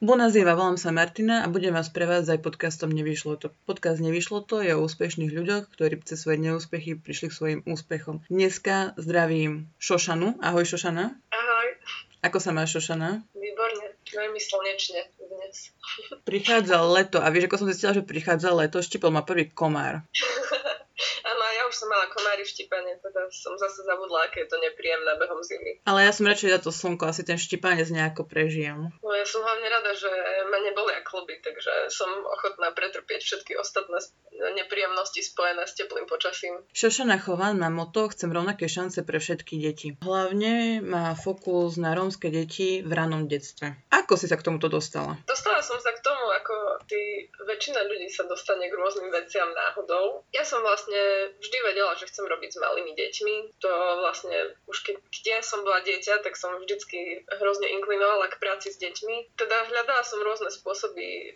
Buonasera, volám sa Martina a budem vás prevádzať podcastom Nevyšlo to. Podcast Nevyšlo to je o úspešných ľuďoch, ktorí cez svoje neúspechy prišli k svojim úspechom. Dneska zdravím Šošanu. Ahoj Šošana. Ahoj. Ako sa máš, Šošana? Výborne, veľmi slnečne dnes. Prichádza leto a vieš, ako som zistila, že prichádza leto, štipol ma prvý komár. Áno, ja už som mala komári štipanie, teda som zase zabudla, aké je to nepríjemné behom zimy. Ale ja som radšej za to slnko, asi ten štipanec nejako prežijem. No ja som hlavne rada, že ma nebolia kluby, takže som ochotná pretrpieť všetky ostatné nepríjemnosti spojené s teplým počasím. Šošana Chovan má moto Chcem rovnaké šance pre všetky deti. Hlavne má fokus na rómske deti v ranom detstve. Ako si sa k tomuto dostala? Dostala som sa k tomu, ako väčšina ľudí sa dostane k rôznym veciam náhodou. Ja som vlastne vždy vedela, že chcem robiť s malými deťmi. To vlastne už keď som bola dieťa, tak som vždycky hrozne inklinovala k práci s deťmi. Teda hľadala som rôzne spôsoby,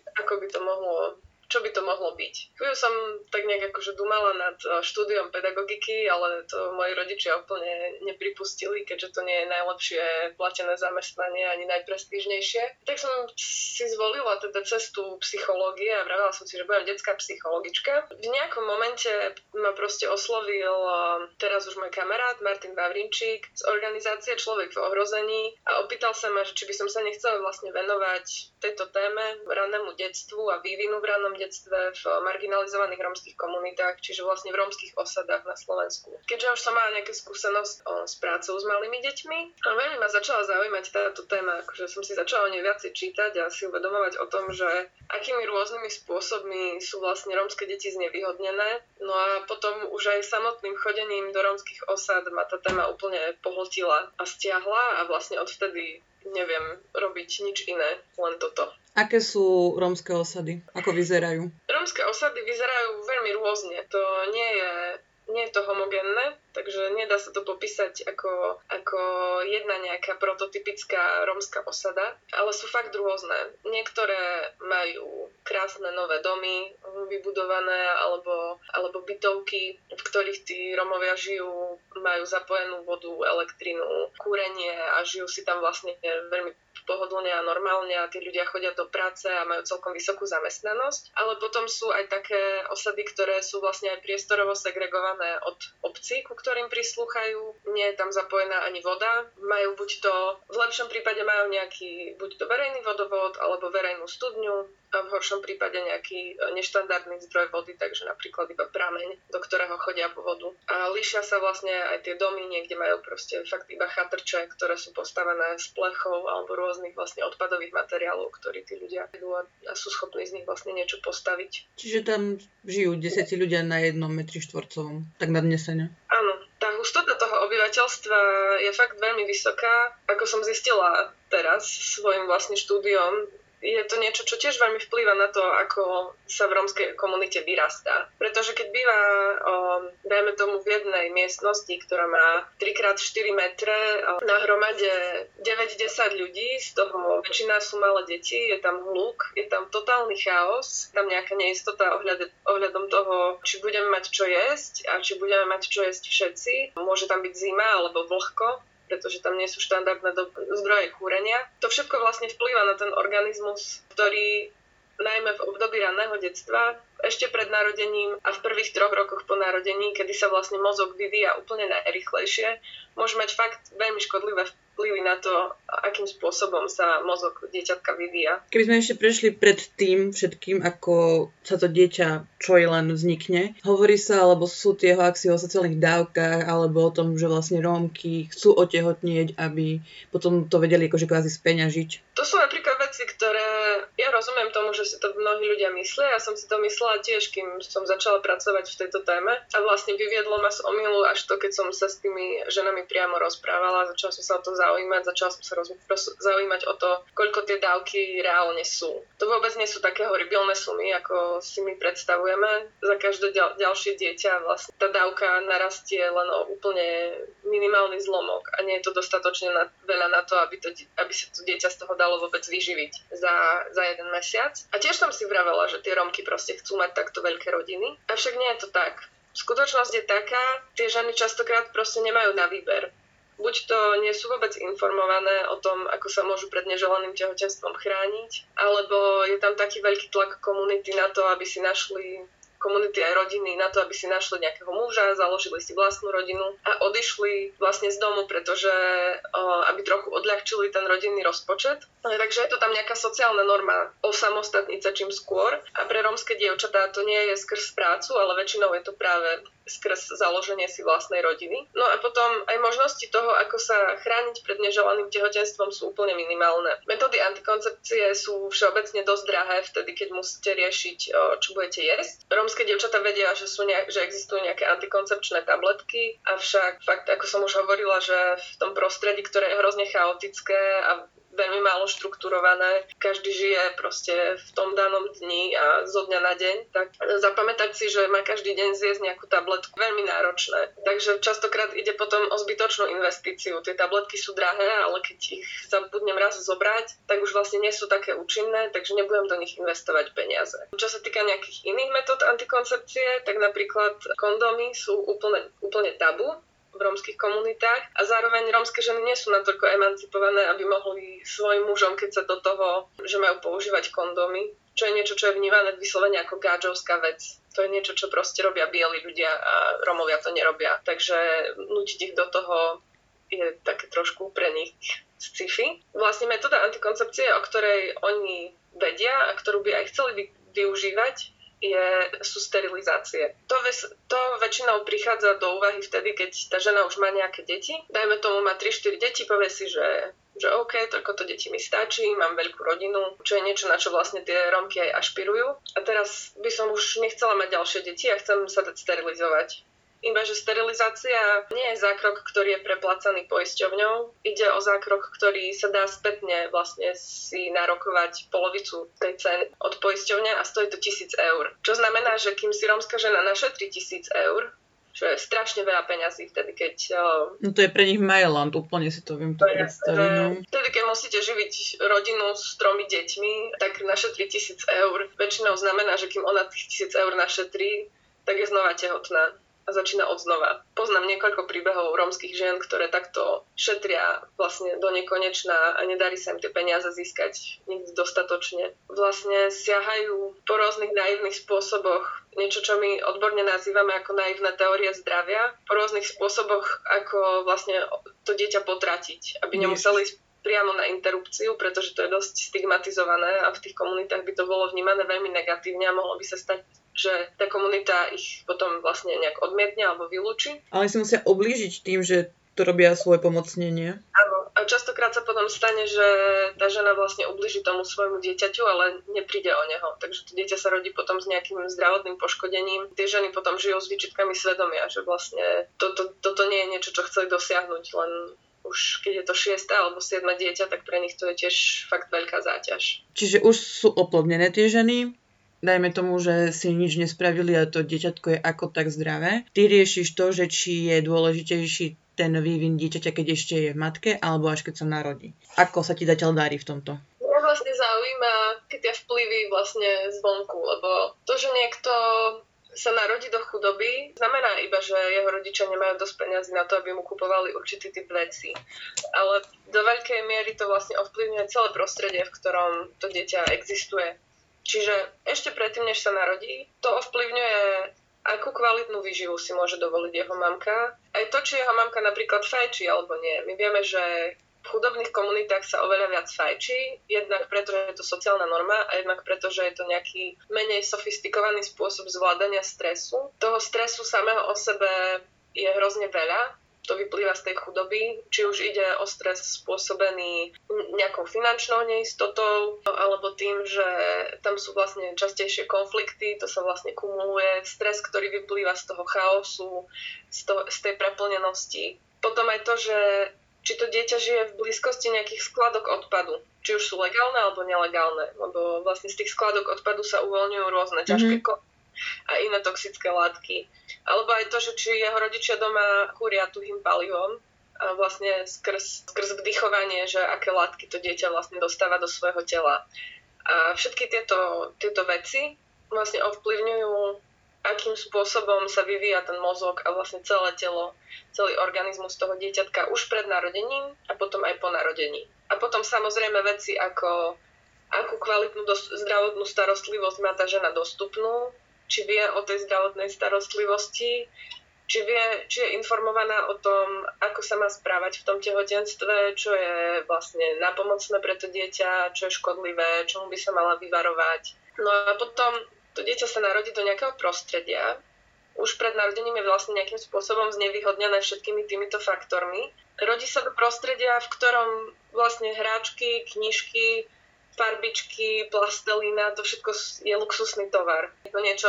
čo by to mohlo byť. Chvíľu som tak nejak akože dumala nad štúdiom pedagogiky, ale to moji rodičia úplne nepripustili, keďže to nie je najlepšie platené zamestnanie ani najprestížnejšie. Tak som si zvolila teda cestu psychológie a vravela som si, že budem detská psychologička. V nejakom momente ma proste oslovil teraz už môj kamarát Martin Vavrinčík z organizácie Človek v ohrození a opýtal sa ma, či by som sa nechcela vlastne venovať tejto téme ranému detstvu a vývinu v ranom detstve v marginalizovaných rómskych komunitách, čiže vlastne v rómskych osadách na Slovensku. Keďže už som mala nejaké skúsenosť s prácou s malými deťmi, a veľmi ma začala zaujímať táto téma, akože som si začala o nej viacej čítať a si uvedomovať o tom, že akými rôznymi spôsobmi sú vlastne rómske deti znevýhodnené. No a potom už aj samotným chodením do rómskych osad ma tá téma úplne pohltila a stiahla a vlastne odvtedy neviem robiť nič iné, len toto. Aké sú rómske osady? Ako vyzerajú? Rómske osady vyzerajú veľmi rôzne. To nie je to homogénne, takže nedá sa to popísať ako jedna nejaká prototypická rómska osada, ale sú fakt rôzne. Niektoré majú krásne nové domy vybudované alebo bytovky, v ktorých tí Rómovia žijú, majú zapojenú vodu, elektrinu, kúrenie a žijú si tam vlastne veľmi pohodlne a normálne a tí ľudia chodia do práce a majú celkom vysokú zamestnanosť. Ale potom sú aj také osady, ktoré sú vlastne aj priestorovo segregované od obcí, ku ktorým prislúchajú. Nie je tam zapojená ani voda. Majú v lepšom prípade majú nejaký buď to verejný vodovod alebo verejnú studňu a v horšom prípade nejaký neštandardný zdroj vody, takže napríklad iba prameň, do ktorého chodia po vodu. A líšia sa vlastne aj tie domy, niekde majú proste fakt iba chatrče, ktoré sú postavené z plechov alebo rôznych vlastne odpadových materiálov, ktorí tí ľudia idú a sú schopní z nich vlastne niečo postaviť. Čiže tam žijú 10 ľudia na 1 metri štvorcovom, tak nadnesene. Áno, tá hustota toho obyvateľstva je fakt veľmi vysoká. Ako som zistila teraz svojim vlastným štúdiom, je to niečo, čo tiež veľmi vplýva na to, ako sa v rómskej komunite vyrastá. Pretože keď býva, dajme tomu, v jednej miestnosti, ktorá má 3x4 metre, na hromade 9-10 ľudí, z toho väčšina sú malé deti, je tam hluk, je tam totálny chaos, tam nejaká neistota ohľadom toho, či budeme mať čo jesť a či budeme mať čo jesť všetci. Môže tam byť zima alebo vlhko, pretože tam nie sú štandardné zdroje kúrenia. To všetko vlastne vplýva na ten organizmus, ktorý najmä v období raného detstva, ešte pred narodením a v prvých 3 rokoch po narodení, kedy sa vlastne mozog vyvíja úplne najrýchlejšie, môže mať fakt veľmi škodlivé vplyvy na to, akým spôsobom sa mozog dieťatka vyvíja. Keby sme ešte prešli pred tým všetkým, ako sa to dieťa čo je len vznikne, hovorí sa, alebo sú tie hoaxy o sociálnych dávkach, alebo o tom, že vlastne Rómky chcú otehotnieť, aby potom to vedeli akože kvázi speňažiť. To sú napríklad veci, ktoré ja rozumiem tomu, že si to mnohí ľudia myslia. Ja som si to myslela tiež, kým som začala pracovať v tejto téme. A vlastne vyviedlo ma z omylu až to, keď som sa s tými ženami priamo rozprávala. Začala som sa o to zaujímať, začala som sa zaujímať o to, koľko tie dávky reálne sú. To vôbec nie sú také horibilné sumy, ako si my predstavujeme. Za každé ďalšie dieťa vlastne tá dávka narastie len o úplne minimálny zlomok a nie je to dostatočne veľa na to, aby sa to dieťa z toho dalo vôbec vyživiť za 1 mesiac. A tiež som si vravela, že tie Rómky proste chcú mať takto veľké rodiny. Avšak nie je to tak. Skutočnosť je taká, tie ženy častokrát proste nemajú na výber. buď to nie sú vôbec informované o tom, ako sa môžu pred neželaným tehotenstvom chrániť, alebo je tam taký veľký tlak komunity na to, aby si našli komunity aj rodiny na to, aby si našli nejakého muža, založili si vlastnú rodinu a odišli vlastne z domu, pretože aby trochu odľahčili ten rodinný rozpočet. Takže je to tam nejaká sociálna norma osamostatniť sa čím skôr a pre rómske dievčatá to nie je skrz prácu, ale väčšinou je to práve skrz založenie si vlastnej rodiny. No a potom aj možnosti toho, ako sa chrániť pred neželaným tehotenstvom sú úplne minimálne. Metódy antikoncepcie sú všeobecne dosť drahé vtedy, keď musíte riešiť, čo budete jesť. Rómske dievčatá vedia, že existujú nejaké antikoncepčné tabletky, avšak fakt, ako som už hovorila, že v tom prostredí, ktoré je hrozne chaotické a veľmi málo štrukturované, každý žije proste v tom danom dni a zo dňa na deň, tak zapamätať si, že má každý deň zjesť nejakú tabletku, veľmi náročné. Takže častokrát ide potom o zbytočnú investíciu. Tie tabletky sú drahé, ale keď ich zabudnem raz zobrať, tak už vlastne nie sú také účinné, takže nebudem do nich investovať peniaze. Čo sa týka nejakých iných metód antikoncepcie, tak napríklad kondómy sú úplne tabu v rómskych komunitách a zároveň rómske ženy nie sú natoľko emancipované, aby mohli svojim mužom, keď sa do toho, že majú používať kondómy, čo je niečo, čo je vnímané vyslovene ako gádžovská vec. To je niečo, čo proste robia bieli ľudia a Rómovia to nerobia. Takže nútiť ich do toho je také trošku pre nich sci-fi. Vlastne metóda antikoncepcie, o ktorej oni vedia a ktorú by aj chceli využívať, sú sterilizácie. To väčšinou prichádza do úvahy vtedy, keď tá žena už má nejaké deti. Dajme tomu, má 3-4 deti, povie si, že OK, toľko to deti mi stačí, mám veľkú rodinu, čo je niečo, na čo vlastne tie Rómky aj ašpirujú. A teraz by som už nechcela mať ďalšie deti a chcem sa dať sterilizovať. Ibaže sterilizácia nie je zákrok, ktorý je preplácaný poisťovňou. Ide o zákrok, ktorý sa dá spätne vlastne si narokovať polovicu tej ceny od poisťovne a stojí to 1,000 eur. Čo znamená, že kým si rómska žena našetrí 1,000 eur, čo je strašne veľa peňazí vtedy, keď... No to je pre nich Mailand, úplne si to viem predstaviť. No. Vtedy, keď musíte živiť rodinu s 3 deťmi, tak našetrí 1,000 eur. Väčšinou znamená, že kým ona tých 1,000 eur našetrí, tak je znova tehotná a začína odznova. Poznám niekoľko príbehov rómskych žien, ktoré takto šetria vlastne do nekonečna a nedarí sa im tie peniaze získať nikdy dostatočne. Vlastne siahajú po rôznych naivných spôsoboch, niečo, čo my odborne nazývame ako naivné teórie zdravia, po rôznych spôsoboch, ako vlastne to dieťa potratiť, aby nemuseli ísť priamo na interrupciu, pretože to je dosť stigmatizované a v tých komunitách by to bolo vnímané veľmi negatívne a mohlo by sa stať, že tá komunita ich potom vlastne nejak odmietne alebo vylúči. Ale si musia oblížiť tým, že to robia svoje pomocnenie. Áno. A častokrát sa potom stane, že tá žena vlastne ublíži tomu svojmu dieťaťu, ale nepríde o neho. Takže to dieťa sa rodí potom s nejakým zdravotným poškodením. Tie ženy potom žijú s výčitkami svedomia, že vlastne toto nie je niečo, čo chceli dosiahnuť, len už keď je to 6. alebo 7. dieťa, tak pre nich to je tiež fakt veľká záťaž. Čiže už sú oplodnené tie ženy, dajme tomu, že si nič nespravili a to dieťatko je ako tak zdravé. Ty riešiš to, že či je dôležitejší ten vývin dieťaťa, keď ešte je v matke, alebo až keď sa narodí. Ako sa ti zatiaľ darí v tomto? Mňa vlastne zaujíma tie vplyvy vlastne zvonku, lebo to, že niekto sa narodí do chudoby, znamená iba, že jeho rodičia nemajú dosť peniazy na to, aby mu kupovali určitý typ vecí. Ale do veľkej miery to vlastne ovplyvňuje celé prostredie, v ktorom to dieťa existuje. Čiže ešte predtým, než sa narodí, to ovplyvňuje, akú kvalitnú výživu si môže dovoliť jeho mamka. Aj to, či jeho mamka napríklad fajčí alebo nie. My vieme, že v chudobných komunitách sa oveľa viac fajčí, jednak preto, že je to sociálna norma a jednak preto, že je to nejaký menej sofistikovaný spôsob zvládania stresu. Toho stresu samého o sebe je hrozne veľa. To vyplýva z tej chudoby, či už ide o stres spôsobený nejakou finančnou neistotou, alebo tým, že tam sú vlastne častejšie konflikty, to sa vlastne kumuluje, stres, ktorý vyplýva z toho chaosu, z tej preplnenosti. Potom aj to, že či to dieťa žije v blízkosti nejakých skladok odpadu, či už sú legálne alebo nelegálne, lebo vlastne z tých skladok odpadu sa uvoľňujú rôzne ťažké a iné toxické látky. Alebo aj to, že či jeho rodičia doma kúria tuhým palivom a vlastne skrz vdychovanie, že aké látky to dieťa vlastne dostáva do svojho tela. A všetky tieto veci vlastne ovplyvňujú, akým spôsobom sa vyvíja ten mozog a vlastne celé telo, celý organizmus toho dieťatka už pred narodením a potom aj po narodení. A potom samozrejme veci ako akú kvalitnú zdravotnú starostlivosť má tá žena dostupnú, či vie o tej zdravotnej starostlivosti, či je informovaná o tom, ako sa má správať v tom tehotenstve, čo je vlastne napomocné pre to dieťa, čo je škodlivé, čomu by sa mala vyvarovať. No a potom to dieťa sa narodí do nejakého prostredia. Už pred narodením je vlastne nejakým spôsobom znevýhodnené všetkými týmito faktormi. Rodí sa do prostredia, v ktorom vlastne hráčky, knižky, farbičky, plastelína, to všetko je luxusný tovar. Je to niečo,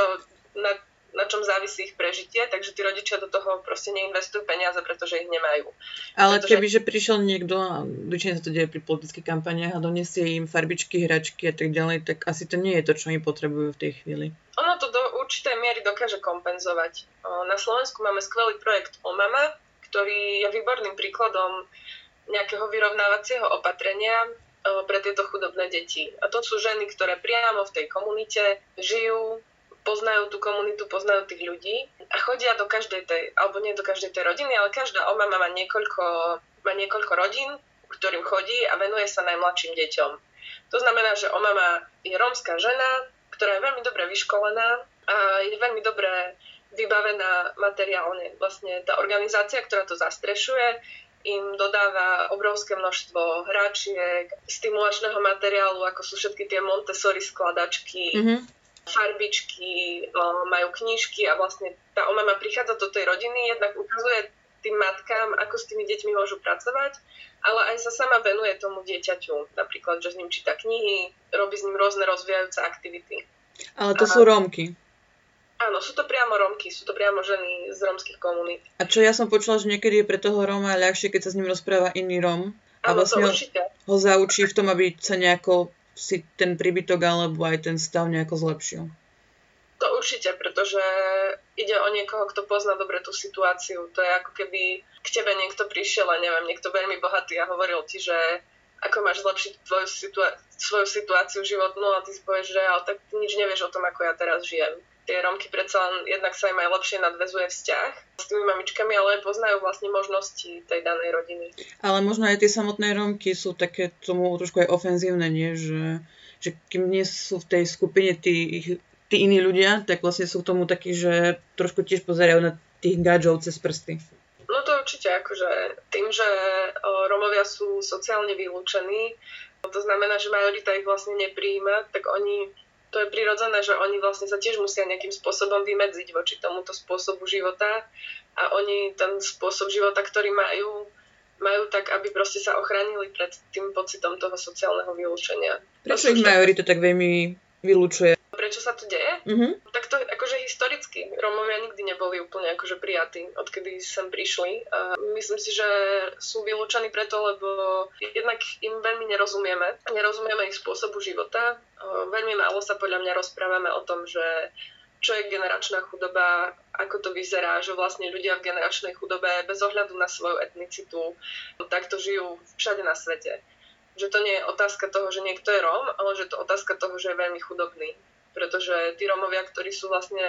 na čom závisí ich prežitie, takže tí rodičia do toho proste neinvestujú peniaze, pretože ich nemajú. Ale kebyže prišiel niekto, a väčšine sa to deje pri politických kampaniách a donesie im farbičky, hračky a tak ďalej, tak asi to nie je to, čo oni potrebujú v tej chvíli. Ono to do určitej miery dokáže kompenzovať. Na Slovensku máme skvelý projekt OMAMA, ktorý je výborným príkladom nejakého vyrovnávacieho opatrenia pre tieto chudobné deti. A to sú ženy, ktoré priamo v tej komunite žijú, poznajú tú komunitu, poznajú tých ľudí a chodia do každej tej, alebo nie do každej tej rodiny, ale každá OMAMA má niekoľko rodín, ktorým chodí a venuje sa najmladším deťom. To znamená, že OMAMA je rómska žena, ktorá je veľmi dobre vyškolená a je veľmi dobre vybavená materiálne. Vlastne tá organizácia, ktorá to zastrešuje, im dodáva obrovské množstvo hráčiek, stimulačného materiálu, ako sú všetky tie Montessori skladačky, farbičky, majú knižky a vlastne tá OMAMA prichádza do tej rodiny, jednak ukazuje tým matkám, ako s tými deťmi môžu pracovať, ale aj sa sama venuje tomu dieťaťu. Napríklad, že s ním číta knihy, robí s ním rôzne rozvíjajúce aktivity. Ale to sú Rómky. Áno, sú to priamo Rómky, sú to priamo ženy z rómskych komunít. A čo ja som počula, že niekedy je pre toho Róma ľahšie, keď sa s ním rozpráva iný Róm. A Áno, vlastne to určite. ho zaučí v tom, aby sa nejako si ten príbytok alebo aj ten stav nejako zlepšil. To určite, pretože ide o niekoho, kto pozná dobre tú situáciu. To je ako keby k tebe niekto prišiel a neviem, niekto veľmi bohatý a hovoril ti, že ako máš zlepšiť svoju situáciu životnú a ty si povieš, že ale tak ty nič nevieš o tom, ako ja teraz žijem. Tie Rómky predsa len jednak sa im aj lepšie nadväzuje vzťah s tými mamičkami, ale poznajú vlastne možnosti tej danej rodiny. Ale možno aj tie samotné Rómky sú také tomu trošku aj ofenzívne, nie? Že kým nie sú v tej skupine tí iní ľudia, tak vlastne sú k tomu takí, že trošku tiež pozerajú na tých gadžov cez prsty. No to určite, akože tým, že Rómovia sú sociálne vylúčení, to znamená, že majorita ich vlastne neprijíma, tak to je prirodzené, že oni vlastne sa tiež musia nejakým spôsobom vymedziť voči tomuto spôsobu života a oni ten spôsob života, ktorý majú tak, aby proste sa ochránili pred tým pocitom toho sociálneho vylúčenia. Prečo ich majorita tak veľmi vylúčuje? Prečo sa to deje? Tak to akože historicky. Rómovia nikdy neboli úplne akože prijatí, odkedy sem prišli. A myslím si, že sú vylúčení preto, lebo jednak im veľmi nerozumieme. Nerozumieme ich spôsobu života. Veľmi málo sa podľa mňa rozprávame o tom, že čo je generačná chudoba, ako to vyzerá, že vlastne ľudia v generačnej chudobe bez ohľadu na svoju etnicitu takto žijú všade na svete. Že to nie je otázka toho, že niekto je Róm, ale že to otázka toho, že je veľmi chudobný. Pretože tí Rómovia, ktorí sú vlastne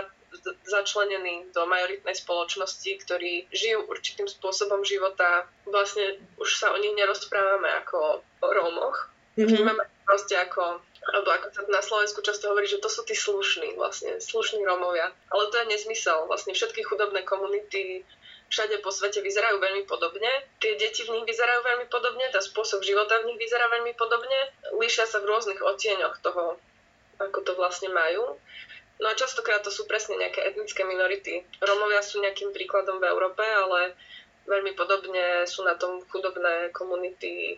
začlenení do majoritnej spoločnosti, ktorí žijú určitým spôsobom života, vlastne už sa o nich nerozprávame ako o Rómoch. Vnímame proste alebo ako sa na Slovensku často hovorí, že to sú tí slušní, vlastne slušní Rómovia. Ale to je nezmysel. Vlastne všetky chudobné komunity všade po svete vyzerajú veľmi podobne. Tie deti v nich vyzerajú veľmi podobne, ten spôsob života v nich vyzerá veľmi podobne. Líšia sa v rôznych odtieňoch toho, ako to vlastne majú. No a častokrát to sú presne nejaké etnické minority. Rómovia sú nejakým príkladom v Európe, ale veľmi podobne sú na tom chudobné komunity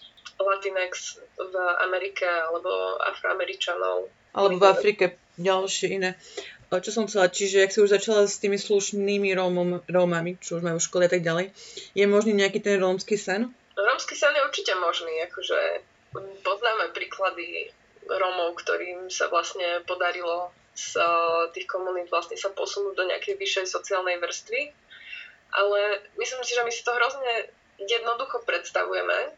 Latinx v Amerike alebo Afroameričanov. Alebo v Afrike ďalšie iné. Čo som chcela, čiže ak si už začala s tými slušnými Rómami, čo už majú školy a tak ďalej, je možný nejaký ten rómsky sen? Rómsky sen je určite možný, akože poznáme príklady Rómov, ktorým sa vlastne podarilo z tých komunít vlastne sa posunúť do nejakej vyššej sociálnej vrstvy, ale myslím si, že my si to hrozne jednoducho predstavujeme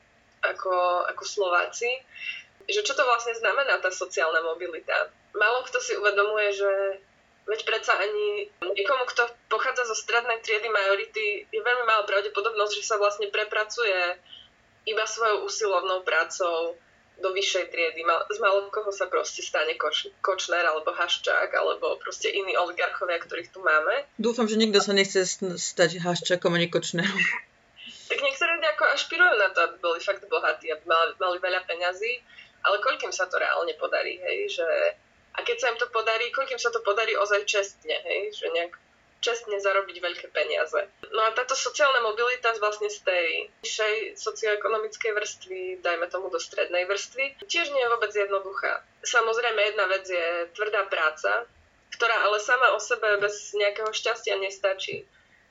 ako Slováci, že čo to vlastne znamená tá sociálna mobilita. Málo kto si uvedomuje, že Veď predsa ani niekomu, kto pochádza zo strednej triedy majority, je veľmi malá pravdepodobnosť, že sa vlastne prepracuje iba svojou usilovnou prácou do vyššej triedy. Z málo koho sa proste stane Kočner alebo Haščák alebo proste iní oligarchovia, ktorých tu máme. Dúfam, že nikto sa nechce stať Haščákom ani Kočnerom. Tak niektorí ľudia ako ašpirujú na to, aby boli fakt bohatí, aby mali veľa peňazí, ale koľkým sa to reálne podarí, hej, že a keď sa im to podarí, koľkým sa to podarí ozaj čestne, hej, že nejak čestne zarobiť veľké peniaze. No a táto sociálna mobilita vlastne z tej vyššej socioekonomickej vrstvy, dajme tomu do strednej vrstvy, tiež nie je vôbec jednoduchá. Samozrejme, jedna vec je tvrdá práca, ktorá ale sama o sebe bez nejakého šťastia nestačí.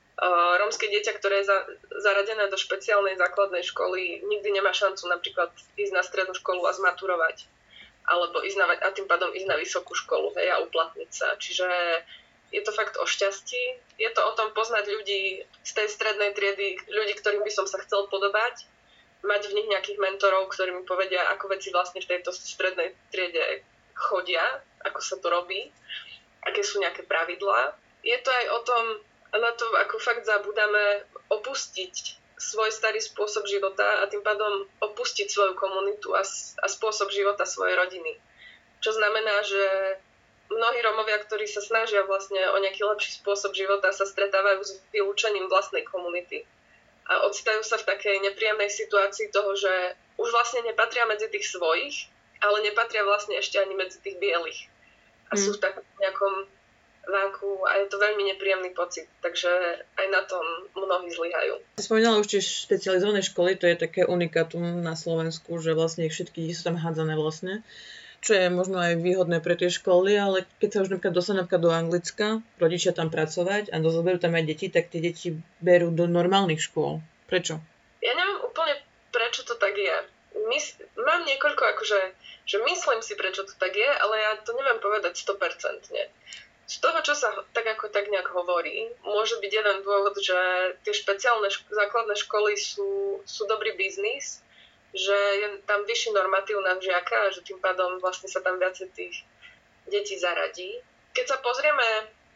Rómske dieťa, ktoré je zaradené do špeciálnej základnej školy, nikdy nemá šancu napríklad ísť na strednú školu a zmaturovať. Alebo a tým pádom ísť na vysokú školu, hej, a uplatniť sa. Čiže je to fakt o šťastí. Je to o tom poznať ľudí z tej strednej triedy, ľudí, ktorým by som sa chcel podobať, mať v nich nejakých mentorov, ktorí mi povedia, ako veci vlastne v tejto strednej triede chodia, ako sa to robí, aké sú nejaké pravidlá. Je to aj o tom, na to, ako fakt zabudáme opustiť svoj starý spôsob života a tým pádom opustiť svoju komunitu a spôsob života svojej rodiny. Čo znamená, že mnohí Rómovia, ktorí sa snažia vlastne o nejaký lepší spôsob života, sa stretávajú s vylúčením vlastnej komunity. A ocitajú sa v takej nepríjemnej situácii toho, že už vlastne nepatria medzi tých svojich, ale nepatria vlastne ešte ani medzi tých bielých. A sú v takom nejakom váku a je to veľmi nepríjemný pocit. Takže aj na tom mnohí zlyhajú. Spomínala už tiež špecializované školy, to je také unikátum na Slovensku, že vlastne všetky deti sú tam hádzané vlastne. Čo je možno aj výhodné pre tie školy, ale keď sa už dostanú do Anglicka, rodičia tam pracovať a zoberú tam aj deti, tak tie deti berú do normálnych škôl. Prečo? Ja neviem úplne, prečo to tak je. Mám niekoľko, že myslím si, prečo to tak je, ale ja to neviem povedať 100%. Z toho, čo sa tak nejak hovorí, môže byť jeden dôvod, že tie špeciálne základné školy sú dobrý biznis, že je tam vyšší normatív na žiaka a že tým pádom vlastne sa tam viacej tých detí zaradí. Keď sa pozrieme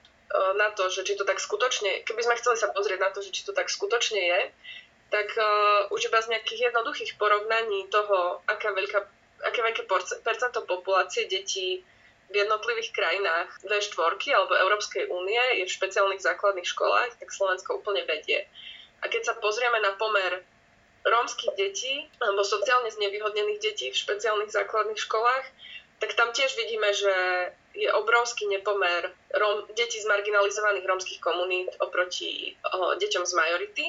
na to, že či to tak skutočne, keby sme chceli sa pozrieť na to, že či to tak skutočne je, tak už iba z nejakých jednoduchých porovnaní toho, aké veľké percento populácie detí v jednotlivých krajinách V4 alebo Európskej únie je v špeciálnych základných školách, tak Slovensko úplne vedie. A keď sa pozrieme na pomer rómskych detí alebo sociálne znevýhodnených detí v špeciálnych základných školách, tak tam tiež vidíme, že je obrovský nepomer detí z marginalizovaných rómskych komunít oproti deťom z majority.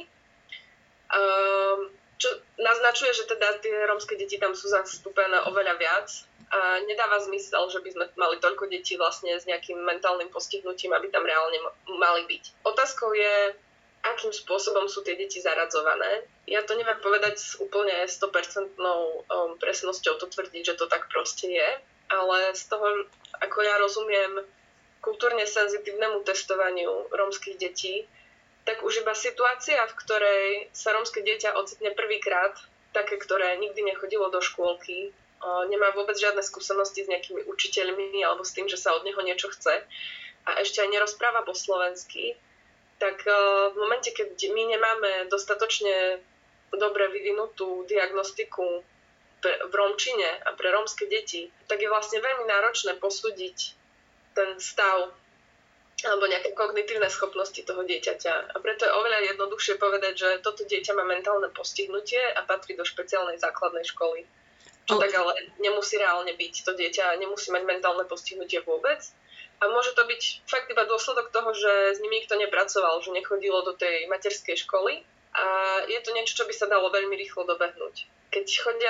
Čo naznačuje, že teda tie rómske deti tam sú zastúpené oveľa viac a nedáva zmysel, že by sme mali toľko detí vlastne s nejakým mentálnym postihnutím, aby tam reálne mali byť. Otázkou je, akým spôsobom sú tie deti zaradzované. Ja to neviem povedať s úplne 100% presnosťou to tvrdiť, že to tak proste je, ale z toho, ako ja rozumiem kultúrne senzitívnemu testovaniu rómskych detí, tak už iba situácia, v ktorej sa rómske dieťa ocitne prvýkrát, také, ktoré nikdy nechodilo do škôlky, nemá vôbec žiadne skúsenosti s nejakými učiteľmi alebo s tým, že sa od neho niečo chce a ešte aj nerozpráva po slovensky, tak v momente, keď my nemáme dostatočne dobre vyvinutú diagnostiku v rómčine a pre rómske deti, tak je vlastne veľmi náročné posúdiť ten stav alebo nejaké kognitívne schopnosti toho dieťaťa. A preto je oveľa jednoduchšie povedať, že toto dieťa má mentálne postihnutie a patrí do špeciálnej základnej školy. Čo tak ale nemusí reálne byť. To dieťa nemusí mať mentálne postihnutie vôbec. A môže to byť fakt iba dôsledok toho, že s nimi nikto nepracoval, že nechodilo do tej materskej školy. A je to niečo, čo by sa dalo veľmi rýchlo dobehnúť. Keď chodia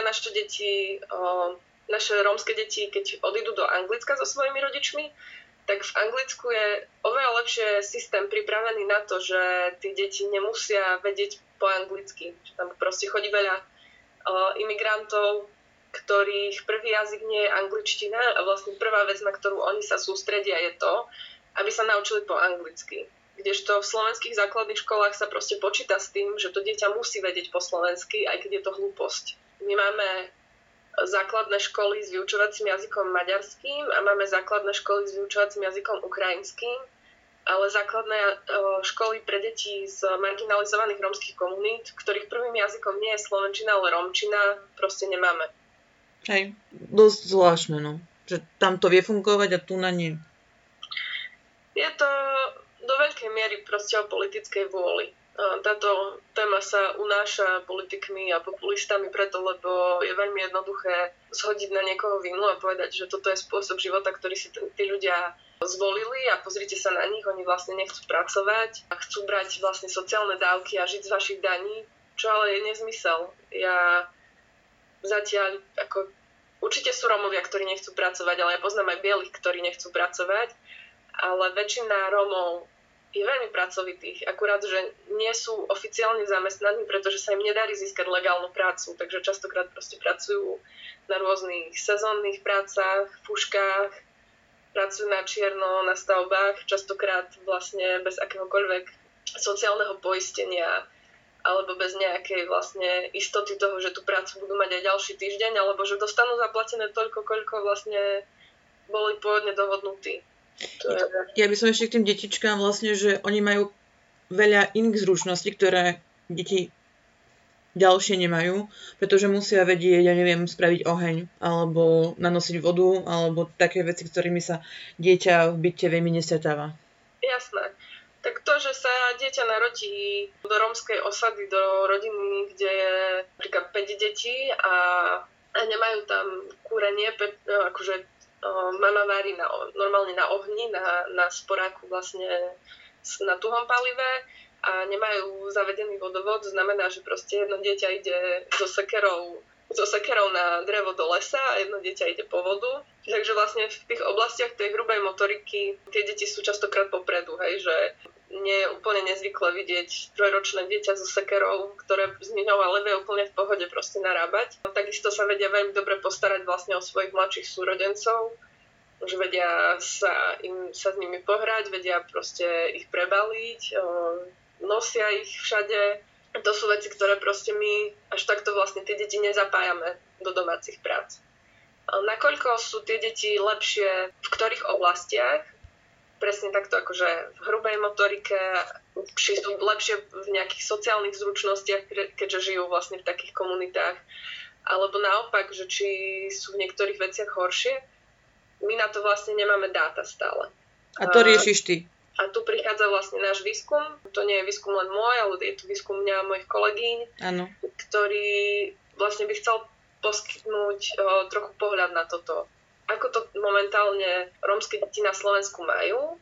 naše rómske deti, keď odídu do Anglicka so svojimi rodičmi, tak v Anglicku je oveľa lepšie systém pripravený na to, že tí deti nemusia vedieť po anglicky. Že tam proste chodí veľa imigrantov, ktorých prvý jazyk nie je angličtina a vlastne prvá vec, na ktorú oni sa sústredia, je to, aby sa naučili po anglicky. Kdežto v slovenských základných školách sa proste počíta s tým, že to dieťa musí vedieť po slovensky, aj keď je to hlúposť. My máme základné školy s vyučovacím jazykom maďarským a máme základné školy s vyučovacím jazykom ukrajinským, ale základné školy pre deti z marginalizovaných rómskych komunít, ktorých prvým jazykom nie je slovenčina, ale rómčina, proste nemáme. Hej, dosť zvláštne, no. Že tam to vie fungovať a tu na nie. Je to do veľkej miery proste o politickej vôli. Táto téma sa unáša politikmi a populistami preto, lebo je veľmi jednoduché zhodiť na niekoho vinu a povedať, že toto je spôsob života, ktorý si tí ľudia zvolili a pozrite sa na nich, oni vlastne nechcú pracovať a chcú brať vlastne sociálne dávky a žiť z vašich daní, čo ale je nezmysel. Ja zatiaľ, určite sú Rómovia, ktorí nechcú pracovať, ale ja poznám aj bielých, ktorí nechcú pracovať, ale väčšina Rómov je veľmi pracovitých, akurát, že nie sú oficiálne zamestnaní, pretože sa im nedarí získať legálnu prácu, takže častokrát proste pracujú na rôznych sezónnych prácach, fúškach, pracujú na čierno, na stavbách, častokrát vlastne bez akéhokoľvek sociálneho poistenia alebo bez nejakej vlastne istoty toho, že tú prácu budú mať aj ďalší týždeň, alebo že dostanú zaplatené toľko, koľko vlastne boli pôvodne dohodnutí. Ja by som ešte k tým detičkám vlastne, že oni majú veľa iných zručností, ktoré deti ďalšie nemajú, pretože musia vedieť, ja neviem, spraviť oheň, alebo nanosiť vodu, alebo také veci, ktorými sa dieťa v byte veľmi nestretáva. Jasné. Tak to, že sa dieťa narodí do rómskej osady, do rodiny, kde je napríklad 5 detí a nemajú tam kúrenie, akože mama varí normálne na ohni, na sporáku vlastne na tuhom palive a nemajú zavedený vodovod, znamená, že proste jedno dieťa ide so sekerou na drevo do lesa a jedno dieťa ide po vodu. Takže vlastne v tých oblastiach tej hrubej motoriky tie deti sú častokrát popredu, hej, že nie je úplne nezvykle vidieť trojročné dieťa so sekerou, ktoré z ňou ale vie úplne v pohode proste narábať. Takisto sa vedia veľmi dobre postarať vlastne o svojich mladších súrodencov, že vedia sa s nimi pohrať, vedia proste ich prebaliť, nosia ich všade. To sú veci, ktoré proste my až takto vlastne tie deti nezapájame do domácich prác. Nakoľko sú tie deti lepšie v ktorých oblastiach, presne takto akože v hrubej motorike, či sú lepšie v nejakých sociálnych zručnostiach, keďže žijú vlastne v takých komunitách, alebo naopak, že či sú v niektorých veciach horšie, my na to vlastne nemáme dáta stále. A to riešiš ty? A tu prichádza vlastne náš výskum. To nie je výskum len môj, ale je to výskum mňa a mojich kolegyň, ktorý vlastne by chcel poskytnúť trochu pohľad na toto. Ako to momentálne rómske deti na Slovensku majú,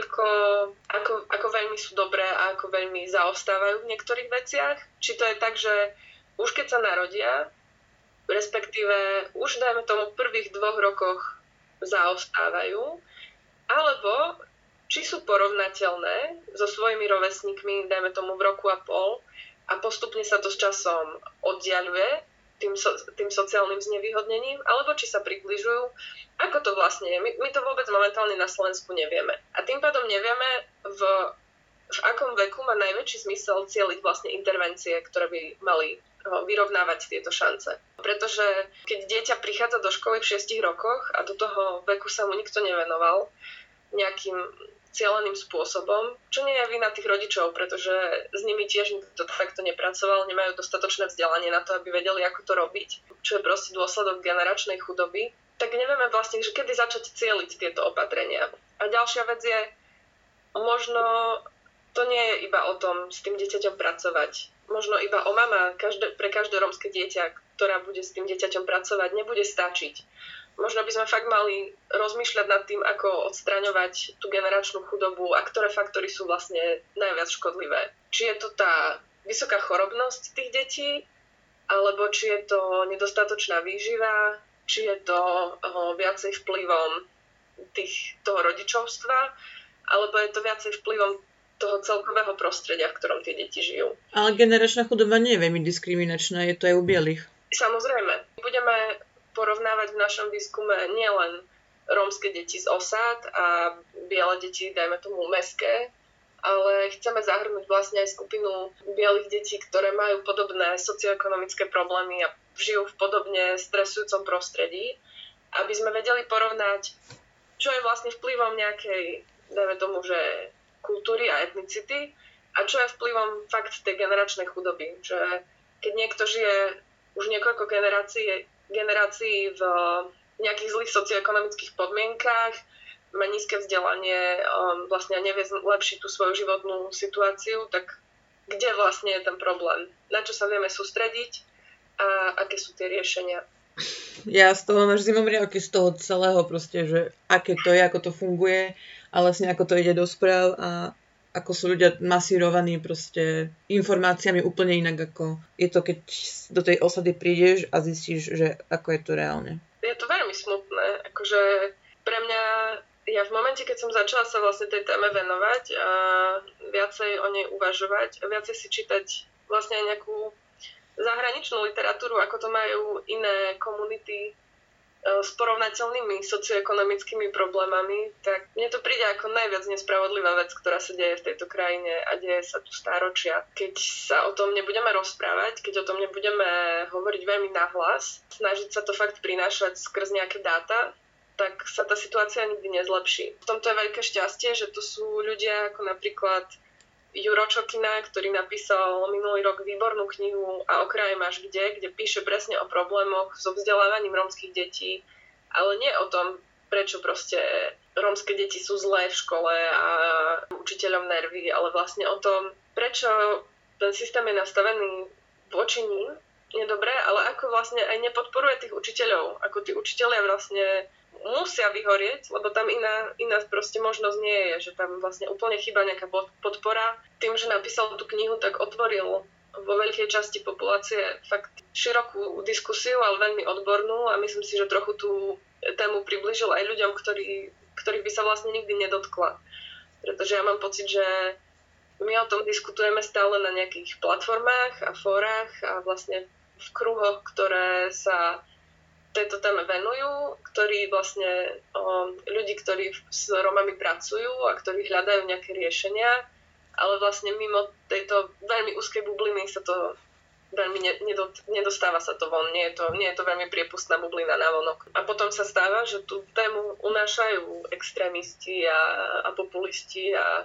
ako veľmi sú dobré a ako veľmi zaostávajú v niektorých veciach. Či to je tak, že už keď sa narodia, respektíve už dajme tomu v prvých 2 rokoch zaostávajú, alebo či sú porovnateľné so svojimi rovesníkmi, dajme tomu v roku a pol, a postupne sa to s časom oddiaľuje tým sociálnym znevýhodnením, alebo či sa približujú. Ako to vlastne je? My to vôbec momentálne na Slovensku nevieme. A tým pádom nevieme, v akom veku má najväčší zmysel cieliť vlastne intervencie, ktoré by mali vyrovnávať tieto šance. Pretože keď dieťa prichádza do školy v 6 rokoch a do toho veku sa mu nikto nevenoval nejakým cieleným spôsobom, čo nie je vina tých rodičov, pretože s nimi tiež nikto takto nepracoval, nemajú dostatočné vzdelanie na to, aby vedeli, ako to robiť, čo je proste dôsledok generačnej chudoby, tak nevieme vlastne, že kedy začať cieliť tieto opatrenia. A ďalšia vec je, možno to nie je iba o tom s tým dieťaťom pracovať. Možno iba o mama pre každé rómske dieťa, ktorá bude s tým dieťaťom pracovať, nebude stačiť. Možno by sme fakt mali rozmýšľať nad tým, ako odstraňovať tú generačnú chudobu a ktoré faktory sú vlastne najviac škodlivé. Či je to tá vysoká chorobnosť tých detí, alebo či je to nedostatočná výživa, či je to viacej vplyvom toho rodičovstva, alebo je to viacej vplyvom toho celkového prostredia, v ktorom tie deti žijú. Ale generačná chudoba nie je veľmi diskriminačná, je to aj u bielých. Samozrejme. Budeme porovnávať v našom výskume nielen rómske deti z osád a biele deti, dajme tomu mestské, ale chceme zahrnúť vlastne aj skupinu bielých detí, ktoré majú podobné socioekonomické problémy a žijú v podobne stresujúcom prostredí, aby sme vedeli porovnať, čo je vlastne vplyvom nejakej, dajme tomu, že kultúry a etnicity a čo je vplyvom fakt tej generačnej chudoby. Že keď niekto žije už niekoľko generácií v nejakých zlých socioekonomických podmienkách, má nízke vzdelanie, vlastne nevie lepšiť tú svoju životnú situáciu, tak kde vlastne je ten problém? Na čo sa vieme sústrediť a aké sú tie riešenia? Ja z toho máš zimomriavky z toho celého proste, že aké to je, ako to funguje a vlastne ako to ide do správ a ako sú ľudia masírovaní proste informáciami úplne inak, ako je to, keď do tej osady prídeš a zistíš, že ako je to reálne. Je to veľmi smutné, akože pre mňa, ja v momente, keď som začala sa vlastne tej téme venovať a viacej o nej uvažovať a viacej si čítať vlastne aj nejakú zahraničnú literatúru, ako to majú iné komunity s porovnateľnými socioekonomickými problémami, tak mne to príde ako najviac nespravodlivá vec, ktorá sa deje v tejto krajine a deje sa tu stáročia. Keď sa o tom nebudeme rozprávať, keď o tom nebudeme hovoriť veľmi nahlas, snažiť sa to fakt prinášať skrz nejaké dáta, tak sa tá situácia nikdy nezlepší. V tomto je veľké šťastie, že to sú ľudia ako napríklad Juro Čokina, ktorý napísal minulý rok výbornú knihu A okraje máš kde píše presne o problémoch so vzdelávaním rómskych detí, ale nie o tom, prečo proste rómske deti sú zlé v škole a učiteľom nervy, ale vlastne o tom, prečo ten systém je nastavený voči ním, je dobré, ale ako vlastne aj nepodporuje tých učiteľov, ako tí učiteľia vlastne musia vyhorieť, lebo tam iná proste možnosť nie je, že tam vlastne úplne chýba nejaká podpora. Tým, že napísal tú knihu, tak otvoril vo veľkej časti populácie fakt širokú diskusiu, ale veľmi odbornú a myslím si, že trochu tú tému priblížil aj ľuďom, ktorých by sa vlastne nikdy nedotkla. Pretože ja mám pocit, že my o tom diskutujeme stále na nejakých platformách a fórach a vlastne v kruhoch, ktoré sa tejto téme venujú, ktorí vlastne ľudí, ktorí s Romami pracujú a ktorí hľadajú nejaké riešenia, ale vlastne mimo tejto veľmi úzkej bubliny sa to veľmi nedostáva sa to von, nie je to veľmi priepustná bublina navonok. A potom sa stáva, že tú tému unášajú extrémisti a populisti a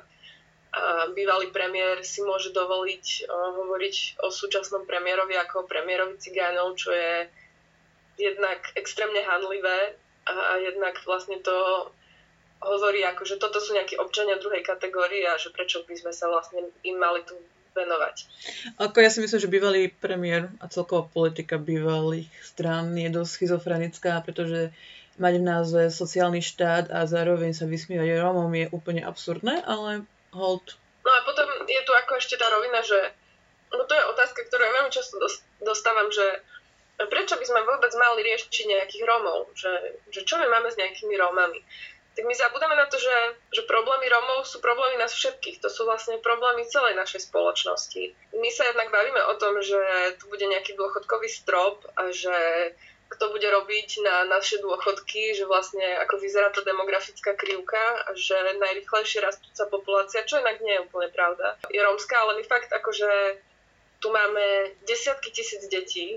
bývalý premiér si môže dovoliť hovoriť o súčasnom premiérovi ako o premiérovi cigánov, čo je jednak extrémne hanlivé a jednak vlastne to hovorí ako, že toto sú nejakí občania druhej kategórie a že prečo by sme sa vlastne im mali tu venovať. Ako ja si myslím, že bývalý premiér a celková politika bývalých strán je dosť schizofrenická, pretože mať v názve sociálny štát a zároveň sa vysmievať Rómom je úplne absurdné, ale hold. No a potom je tu ako ešte tá rovina, že no to je otázka, ktorú ja veľmi často dostávam, že prečo by sme vôbec mali riešiť nejakých Rómov? Že čo my máme s nejakými Rómami? Tak my zabudáme na to, že problémy Rómov sú problémy nás všetkých. To sú vlastne problémy celej našej spoločnosti. My sa jednak bavíme o tom, že tu bude nejaký dôchodkový strop a že kto bude robiť na naše dôchodky, že vlastne ako vyzerá tá demografická krivka a že najrýchlejšie rastúca populácia, čo inak nie je úplne pravda, je rómska, ale my fakt akože tu máme desiatky tisíc detí,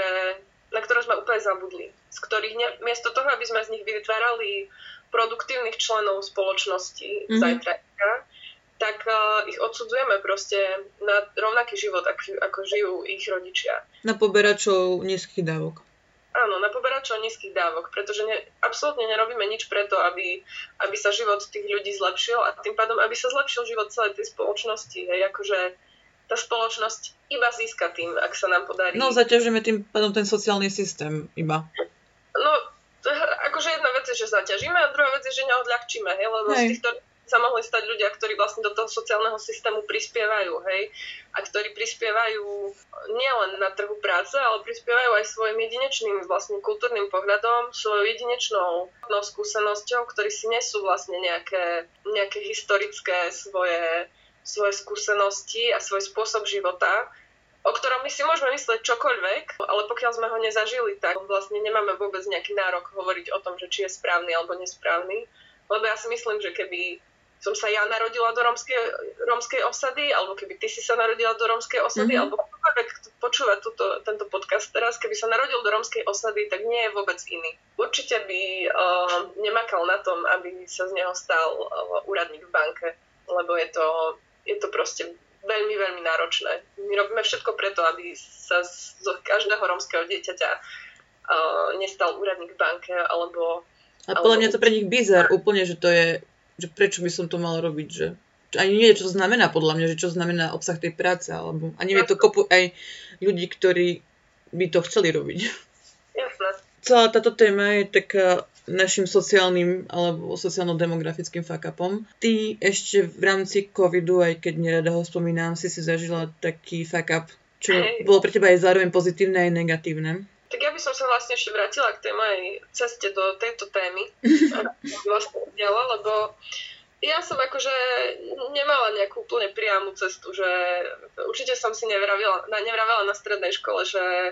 na ktoré sme úplne zabudli. Z ktorých miesto toho, aby sme z nich vytvárali produktívnych členov spoločnosti zajtrajka, tak ich odsudzujeme proste na rovnaký život, ako žijú ich rodičia. Na poberačov nízkych dávok. Áno, na poberačov nízkych dávok, pretože absolútne nerobíme nič preto, aby sa život tých ľudí zlepšil a tým pádom, aby sa zlepšil život celej tej spoločnosti. Hej, akože tá spoločnosť iba získa tým, ak sa nám podarí. No, zaťažíme tým pádom ten sociálny systém iba. No, akože jedna vec je, že zaťažíme a druhá vec je, že neodľahčíme, hej, lebo z týchto sa mohli stať ľudia, ktorí vlastne do toho sociálneho systému prispievajú, hej, a ktorí prispievajú nielen na trhu práce, ale prispievajú aj svojim jedinečným vlastne kultúrnym pohľadom, svojou jedinečnou skúsenosťou, ktorí si nesú vlastne nejaké historické svoje skúsenosti a svoj spôsob života, o ktorom my si môžeme myslieť čokoľvek, ale pokiaľ sme ho nezažili, tak vlastne nemáme vôbec nejaký nárok hovoriť o tom, že či je správny alebo nesprávny. Lebo ja si myslím, že keby som sa ja narodila do rómskej osady, alebo keby ty si sa narodila do rómskej osady, alebo ktokoľvek, kto počúva tento podcast teraz, keby sa narodil do rómskej osady, tak nie je vôbec iný. Určite by nemakal na tom, aby sa z neho stal úradník v banke, lebo je to proste veľmi, veľmi náročné. My robíme všetko preto, aby sa z každého rómskeho dieťaťa nestal úradník v banke, alebo... A podľa mňa to pre nich bizar úplne, že to je, že prečo by som to mal robiť, že ani nie čo to znamená podľa mňa, že čo znamená obsah tej práce, alebo ani je to kopu aj ľudí, ktorí by to chceli robiť. Jasné. Celá táto téma je taká našim sociálnym alebo sociálno-demografickým fuck-upom. Ty ešte v rámci covidu, aj keď nerada ho spomínam, si zažila taký fuck-up, čo bolo pre teba aj zároveň pozitívne aj negatívne. Tak ja by som sa vlastne ešte vrátila k tej mojej ceste do tejto témy. Vlastne udiala, lebo ja som akože nemala nejakú úplne priamu cestu, že určite som si nevravela na strednej škole,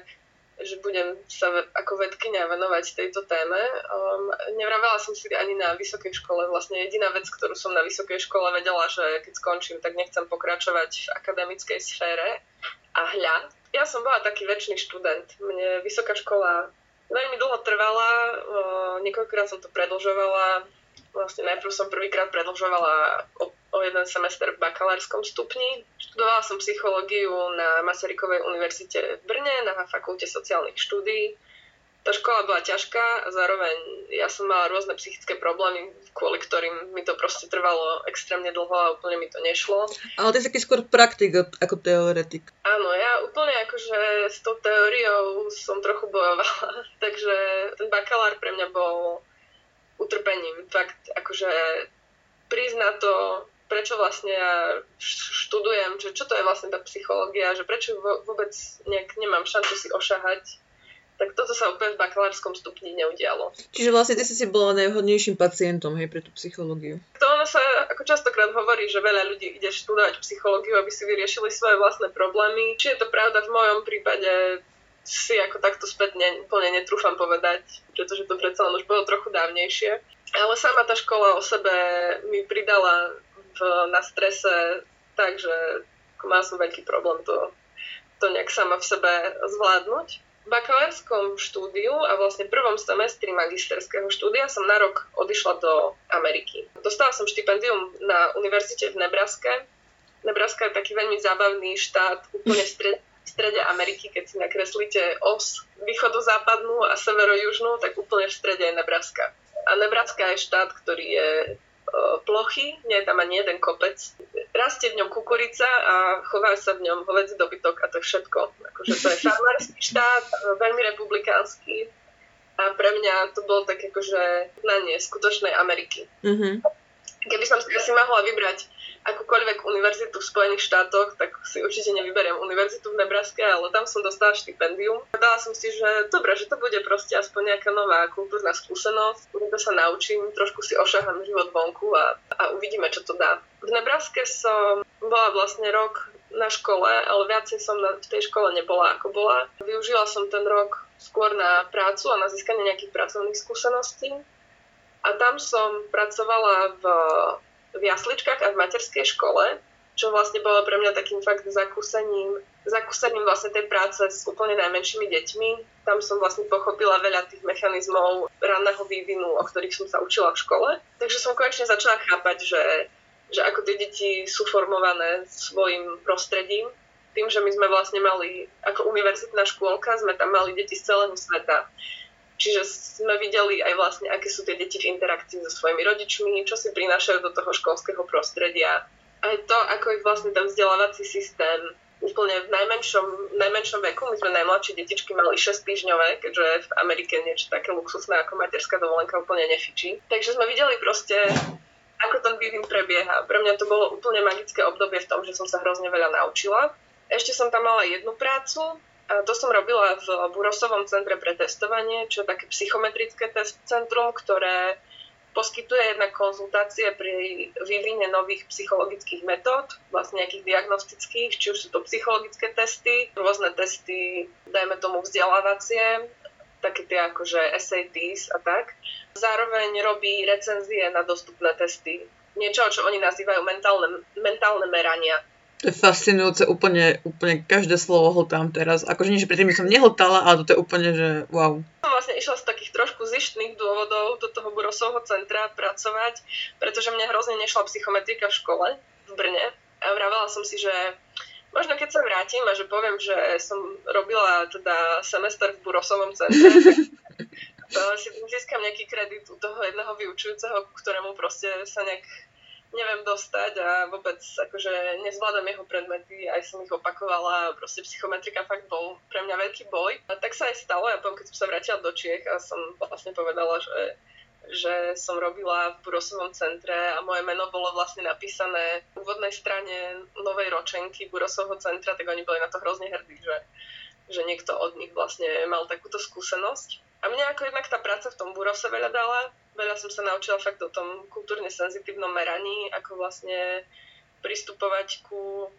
že budem sa ako vedkyňa venovať tejto téme. Nevravela som si ani na vysokej škole. Vlastne jediná vec, ktorú som na vysokej škole vedela, že keď skončím, tak nechcem pokračovať v akademickej sfére. A hľa, ja som bola taký večný študent. Mne vysoká škola veľmi dlho trvala, niekoľkokrát som to predĺžovala. Vlastne najprv som prvýkrát predĺžovala o jeden semester v bakalárskom stupni. Študovala som psychológiu na Masarykovej univerzite v Brne, na fakulte sociálnych štúdií. Tá škola bola ťažká a zároveň ja som mala rôzne psychické problémy, kvôli ktorým mi to proste trvalo extrémne dlho a úplne mi to nešlo. Ale ty si taký skôr praktik ako teoretik. Áno, ja úplne akože s tou teóriou som trochu bojovala, takže ten bakalár pre mňa bol utrpením. Fakt, akože prísť na to, prečo vlastne ja študujem, čo to je vlastne tá psychológia, že prečo vôbec nejak nemám šancu si ošahať, tak toto sa úplne v bakalárskom stupni neudialo. Čiže vlastne ty si bola najvhodnejším pacientom, hej, pre tú psychológiu. To ono sa ako častokrát hovorí, že veľa ľudí ide študovať psychológiu, aby si vyriešili svoje vlastné problémy. Či je to pravda, v mojom prípade si ako takto spätne úplne netrúfam povedať, pretože to predsa len už bolo trochu dávnejšie. Ale sama tá škola o sebe mi pridala na strese tak, že mal som veľký problém to nejak sama v sebe zvládnuť. V bakalárskom štúdiu a vlastne prvom semestri magisterského štúdia som na rok odišla do Ameriky. Dostala som štipendium na univerzite v Nebraske. Nebraska je taký veľmi zábavný štát, úplne v strede Ameriky, keď si nakreslíte os východo-západnú a severo-južnú, tak úplne v strede je Nebraska. A Nebraska je štát, ktorý je plochy, nie je tam ani jeden kopec. Rastie v ňom kukurica a chová sa v ňom hovädzí dobytok a to je všetko. Akože to je farmársky štát, veľmi republikánsky a pre mňa to bolo tak akože znanie skutočnej Ameriky. Mm-hmm. Keby som si asi mohla vybrať akúkoľvek univerzitu v Spojených štátoch, tak si určite nevyberiem univerzitu v Nebraske, ale tam som dostala štipendium. Dala som si, že dobre, že to bude proste aspoň nejaká nová kultúrna skúsenosť, to sa naučím, trošku si ošahám život vonku a uvidíme, čo to dá. V Nebraske som bola vlastne rok na škole, ale viacej som v tej škole nebola, ako bola. Využila som ten rok skôr na prácu a na získanie nejakých pracovných skúseností. A tam som pracovala v jasličkách a v materskej škole, čo vlastne bolo pre mňa takým fakt zakúsením vlastne tej práce s úplne najmenšími deťmi. Tam som vlastne pochopila veľa tých mechanizmov ranného vývinu, o ktorých som sa učila v škole. Takže som konečne začala chápať, že ako tie deti sú formované svojim prostredím. Tým, že my sme vlastne mali, ako univerzitná škôlka, sme tam mali deti z celého sveta. Čiže sme videli aj vlastne, aké sú tie deti v interakcii so svojimi rodičmi, čo si prinášajú do toho školského prostredia. Aj to, ako ich vlastne ten vzdelávací systém úplne v najmenšom veku, my sme najmladšie detičky mali 6-týždňové, keďže v Amerike niečo také luxusné ako materská dovolenka úplne nefičí. Takže sme videli proste, ako ten vývin prebieha. Pre mňa to bolo úplne magické obdobie v tom, že som sa hrozne veľa naučila. Ešte som tam mala jednu prácu, a to som robila v Burosovom centre pre testovanie, čo je také psychometrické centrum, ktoré poskytuje jednak konzultácie pri vývine nových psychologických metód, vlastne nejakých diagnostických, či už sú to psychologické testy, rôzne testy, dajme tomu vzdelávacie, také tie akože SATs a tak. Zároveň robí recenzie na dostupné testy. Niečo, čo oni nazývajú mentálne merania. To je fascinujúce, úplne každé slovo hltám teraz. Akože nie, že predtým som nehltala, ale to je úplne, že wow. Som vlastne išla z takých trošku zištných dôvodov do toho Burosovho centra pracovať, pretože mne hrozne nešla psychometrika v škole v Brne. A vravela som si, že možno keď sa vrátim a že poviem, že som robila teda semester v Burosovom centre, tak si získam nejaký kredit u toho jedného vyučujúceho, ktorému proste sa nejak neviem dostať a vôbec akože nezvládam jeho predmety, aj som ich opakovala a proste psychometrika fakt bol pre mňa veľký boj. A tak sa aj stalo, ja poviem, keď som sa vrátila do Čiech a som vlastne povedala, že som robila v Burosovom centre a moje meno bolo vlastne napísané v úvodnej strane novej ročenky Burosovho centra, tak oni boli na to hrozne hrdí, že niekto od nich vlastne mal takúto skúsenosť. A mne ako jednak tá práca v tom Burose veľa dala. Veľa som sa naučila fakt o tom kultúrne senzitívnom meraní, ako vlastne pristupovať ku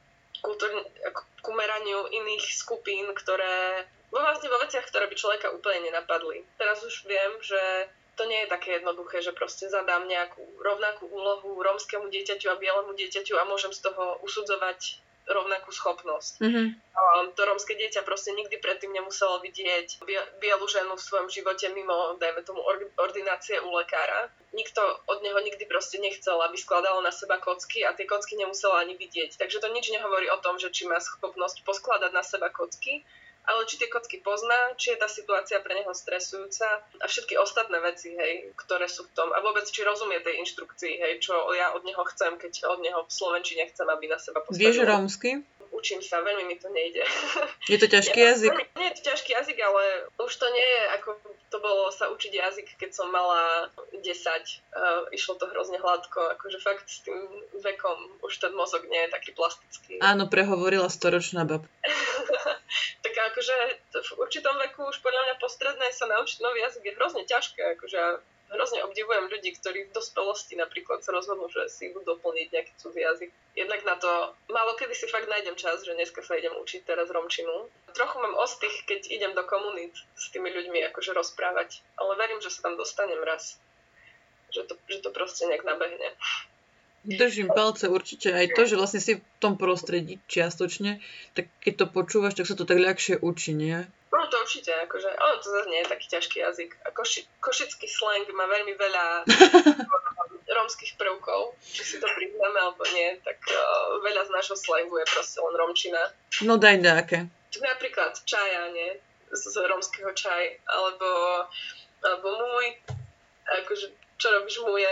meraniu iných skupín, ktoré vlastne vo veciach, ktoré by človeka úplne nenapadli. Teraz už viem, že to nie je také jednoduché, že proste zadám nejakú rovnakú úlohu rómskemu dieťaťu a bielemu dieťaťu a môžem z toho usudzovať rovnakú schopnosť. Mm-hmm. To rómske dieťa proste nikdy predtým nemuselo vidieť bielu ženu v svojom živote mimo, dajme tomu, ordinácie u lekára. Nikto od neho nikdy proste nechcel, aby skladalo na seba kocky a tie kocky nemusela ani vidieť. Takže to nič nehovorí o tom, že či má schopnosť poskladať na seba kocky, ale či tie kocky pozná, či je tá situácia pre neho stresujúca a všetky ostatné veci, hej, ktoré sú v tom. A vôbec, či rozumie tej inštrukcii, hej, čo ja od neho chcem, keď od neho v slovenčine chcem, aby na seba postavil. Vieš rómsky? Učím sa, veľmi mi to nejde. Je to ťažký jazyk? Nie je to ťažký jazyk, ale už to nie je ako to bolo sa učiť jazyk, keď som mala 10. Išlo to hrozne hladko, akože fakt s tým vekom už ten mozog nie je taký plastický. Áno, prehovorila storočná babka. Tak akože v určitom veku už podľa mňa po strednej sa naučiť nový jazyk je hrozne ťažké, akože hrozne obdivujem ľudí, ktorí v dospelosti napríklad sa rozhodnú, že si idú doplniť nejaký cudzí jazyk. Jednak na to málo kedy si fakt nájdem čas, že dneska sa idem učiť teraz romčinu. Trochu mám ostých, keď idem do komunít s tými ľuďmi akože rozprávať, ale verím, že sa tam dostanem raz. Že to proste nejak nabehne. Držím palce určite aj to, že vlastne si v tom prostredí čiastočne, tak keď to počúvaš, tak sa to tak ľahšie učí, nie? No to určite, akože ono to zase nie je taký ťažký jazyk. A košický slang má veľmi veľa rómskych prvkov, či si to priznáme alebo nie, tak veľa z nášho slangu je proste len romčina. No daj nejaké. Napríklad čaja, nie? Z rómskeho čaj, alebo môj, akože čo robíš múje.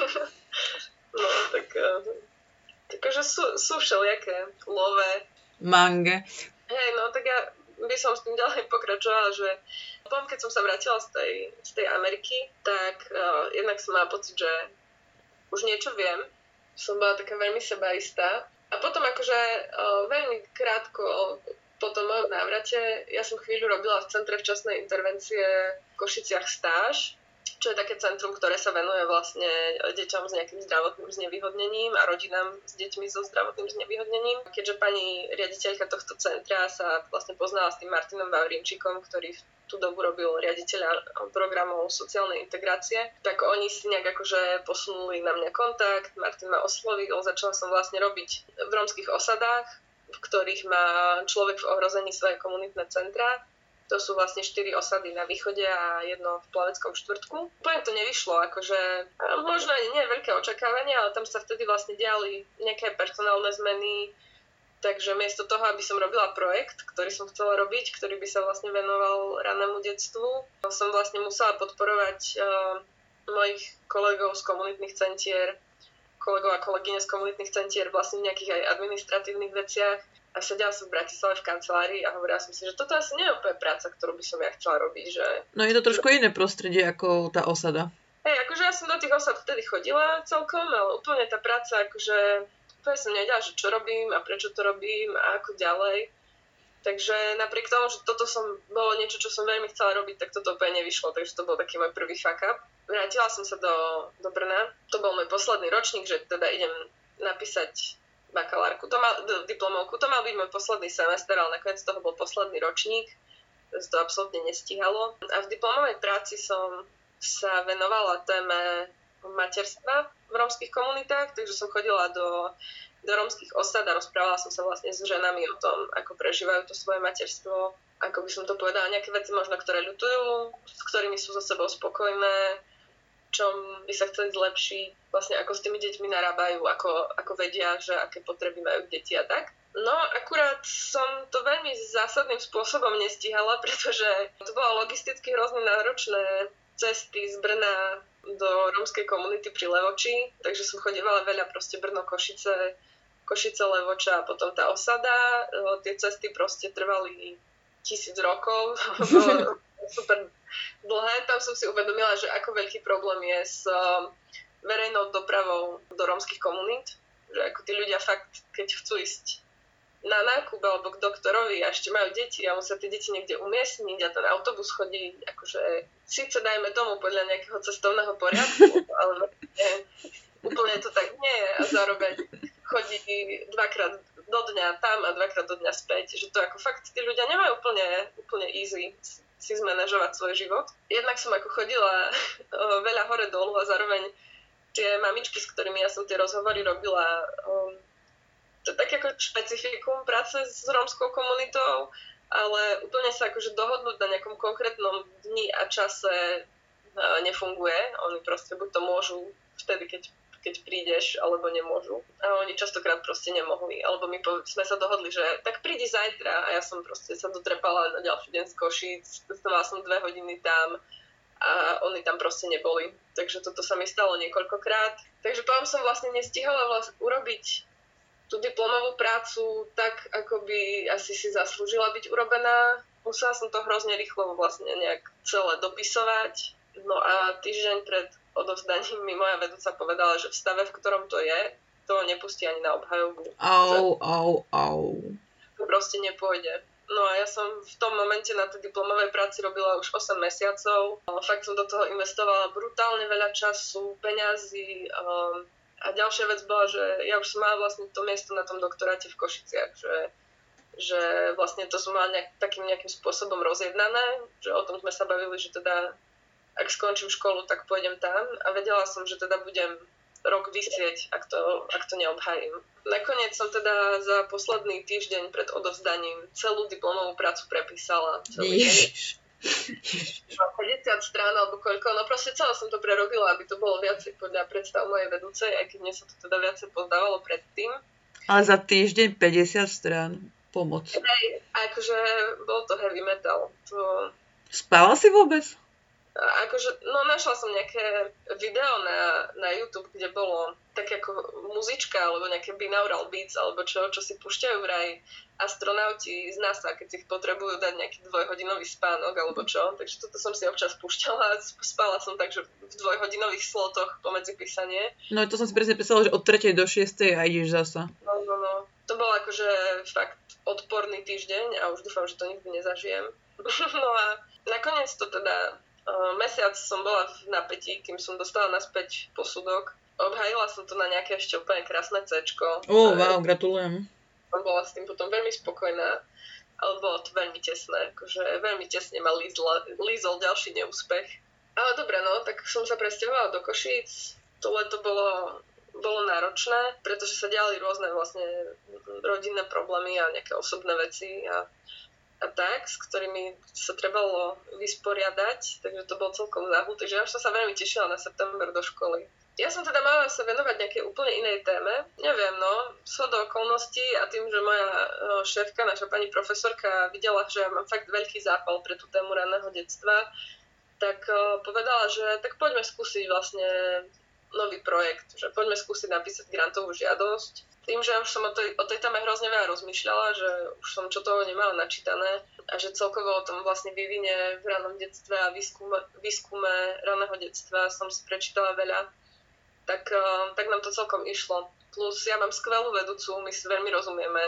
No tak takže sú všelijaké love. Mange. Hej, no tak ja by som s tým ďalej pokračovala, že potom, keď som sa vrátila z tej Ameriky, tak jednak som mala pocit, že už niečo viem. Som bola taká veľmi sebaistá. A potom akože veľmi krátko po tom mojom návrate, ja som chvíľu robila v Centre včasnej intervencie v Košiciach stáž, čo je také centrum, ktoré sa venuje vlastne deťom s nejakým zdravotným znevýhodnením a rodinám s deťmi so zdravotným znevýhodnením. Keďže pani riaditeľka tohto centra sa vlastne poznala s tým Martinom Vavrinčíkom, ktorý v tú dobu robil riaditeľa programov sociálnej integrácie, tak oni si nejak akože posunuli na mňa kontakt, Martin ma oslovil, začala som vlastne robiť v rómskych osadách, v ktorých má človek v ohrození svoje komunitné centra. To sú vlastne 4 osady na východe a jedno v Plaveckom štvrtku. Úplne to nevyšlo, akože možno ani nie veľké očakávania, ale tam sa vtedy vlastne diali nejaké personálne zmeny. Takže miesto toho, aby som robila projekt, ktorý som chcela robiť, ktorý by sa vlastne venoval ranému detstvu, som vlastne musela podporovať mojich kolegov z komunitných centier, kolegov a kolegyne z komunitných centier vlastne v nejakých aj administratívnych veciach. A sedela som v Bratislave v kancelárii a hovorila som si, že toto asi nie je úplne práca, ktorú by som ja chcela robiť. Že... No je to trošku iné prostredie ako tá osada. Hej, akože ja som do tých osad vtedy chodila celkom, ale úplne tá práca, akože úplne som nevedela, že čo robím a prečo to robím a ako ďalej. Takže napriek tomu, že toto bolo niečo, čo som veľmi chcela robiť, tak toto úplne nevyšlo, takže to bol taký môj prvý fuck up. Vrátila som sa do Brna, to bol môj posledný ročník, že teda idem napísať bakalárku, diplomovku, to mal byť môj posledný semester, ale nakoniec toho bol posledný ročník, to absolútne nestíhalo. A v diplomovej práci som sa venovala téme materstva v rómskych komunitách, takže som chodila do do rómskych osad a rozprávala som sa vlastne s ženami o tom, ako prežívajú to svoje materstvo, ako by som to povedala, nejaké veci možno, ktoré ľutujú, s ktorými sú so sebou spokojné, čom by sa chceli zlepšiť, vlastne ako s tými deťmi narábajú, ako vedia, že aké potreby majú deti a tak. No, akurát som to veľmi zásadným spôsobom nestihala, pretože to bolo logisticky hrozne náročné cesty z Brna do rómskej komunity pri Levoči, takže som chodievala veľa proste Brno, Košice, Levoča a potom tá osada. Tie cesty proste trvali 1000 rokov, bolo super dlhé. Tam som si uvedomila, že ako veľký problém je s verejnou dopravou do rómskych komunít, že ako tí ľudia fakt, keď chcú ísť na nákup alebo k doktorovi a ešte majú deti a musia tie deti niekde umiestniť a ten autobus chodí akože síce dajme tomu podľa nejakého cestovného poriadku, ale úplne to tak nie je a zároveň chodí 2-krát do dňa tam a 2-krát do dňa späť, že to ako fakt tí ľudia nemajú úplne easy si zmanažovať svoj život. Jednak som ako chodila veľa hore dolu a zároveň tie mamičky, s ktorými ja som tie rozhovory robila, to je také ako špecifikum práce s rómskou komunitou, ale úplne sa akože dohodnúť na nejakom konkrétnom dni a čase nefunguje. Oni proste buď to môžu vtedy, keď prídeš, alebo nemôžu. A oni častokrát proste nemohli. Alebo sme sa dohodli, že tak prídi zajtra a ja som proste sa dotrepala na ďalší deň z Košíc, cestovala som 2 hodiny tam a oni tam proste neboli. Takže toto sa mi stalo niekoľkokrát. Takže potom som vlastne nestihala urobiť tú diplomovú prácu tak, ako by asi si zaslúžila byť urobená. Musela som to hrozne rýchlo vlastne nejak celé dopisovať. No a týždeň pred odovzdaním mi moja vedúca povedala, že v stave, v ktorom to je, to nepustí ani na obhajobu. To proste nepôjde. No a ja som v tom momente na tej diplomovej práci robila už 8 mesiacov. Fakt som do toho investovala brutálne veľa času, peňazí. A ďalšia vec bola, že ja už som mala vlastne to miesto na tom doktoráte v Košiciach, že vlastne to som mala takým nejakým spôsobom rozjednané, že o tom sme sa bavili, že teda ak skončím školu, tak pôjdem tam a vedela som, že teda budem rok vysieť, ak to neobhajím. Nakoniec som teda za posledný týždeň pred odovzdaním celú diplomovú prácu prepísala. 50 strán alebo koľko, no proste celé som to prerobila, aby to bolo viacej podľa predstav mojej vedúcej, aj keď mne sa to teda viacej pozdávalo predtým. Ale za týždeň 50 strán, pomoc. Hej, akože bol to heavy metal. Spala si vôbec? Akože, no našla som nejaké video na YouTube, kde bolo tak ako muzička alebo nejaké binaural beats alebo čo si púšťajú vraj astronauti z NASA, keď si ich potrebujú dať nejaký 2-hodinový spánok alebo čo. Takže toto som si občas púšťala a spala som takže v 2-hodinových slotoch pomedzi písanie. No to som si presne písala, že od 3. do 6. a ideš zasa. No. To bol akože fakt odporný týždeň a už dúfam, že to nikdy nezažijem. No a nakoniec to teda mesiac som bola v napätí, kým som dostala naspäť posudok. Obhajila som to na nejaké ešte úplne krásne C-čko. Wow, gratulujem. Som bola s tým potom veľmi spokojná, ale bolo to veľmi tesné. Akože veľmi tesne ma lízol ďalší neúspech. Ale dobre, no, tak som sa presťahovala do Košíc. To leto bolo náročné, pretože sa diali rôzne vlastne rodinné problémy a nejaké osobné veci a tak, s ktorými sa trebalo vysporiadať, takže to bol celkom záhul, takže ja už som sa veľmi tešila na september do školy. Ja som teda mala sa venovať nejakej úplne inej téme, neviem, no, shodou okolností a tým, že moja šéfka, naša pani profesorka videla, že ja mám fakt veľký zápal pre tú tému ranného detstva, tak povedala, že tak poďme skúsiť vlastne nový projekt, že poďme skúsiť napísať grantovú žiadosť. Tým, že už som o tej téme hrozne veľa rozmýšľala, že už som čo toho nemala načítané a že celkovo o tom vlastne vyvine v ranom detstve a výskume raného detstva som si prečítala veľa, tak nám to celkom išlo. Plus ja mám skvelú vedúcu, my si veľmi rozumieme,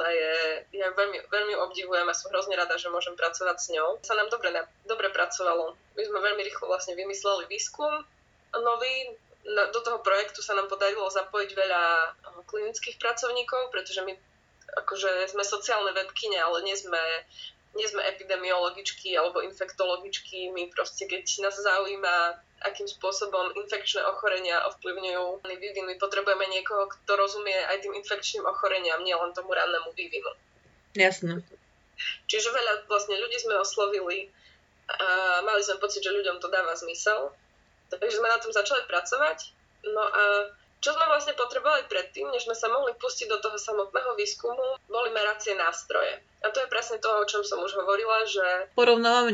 ja veľmi, veľmi obdivujem a som hrozne rada, že môžem pracovať s ňou. Sa nám dobre pracovalo. My sme veľmi rýchlo vlastne vymysleli výskum nový. Do toho projektu sa nám podarilo zapojiť veľa klinických pracovníkov, pretože my akože sme sociálne vedkyne, ale nie sme epidemiologičky alebo infektologičky. My proste, keď nás zaujíma akým spôsobom infekčné ochorenia ovplyvňujú vývin. My potrebujeme niekoho, kto rozumie aj tým infekčným ochoreniam, nielen tomu rannemu vývinu. Jasné. Čiže veľa vlastne ľudí sme oslovili a mali sme pocit, že ľuďom to dáva zmysel. Takže sme na tom začali pracovať. No a čo sme vlastne potrebovali predtým, než sme sa mohli pustiť do toho samotného výskumu, boli meracie nástroje. A to je presne to, o čom som už hovorila, že... Porovnávame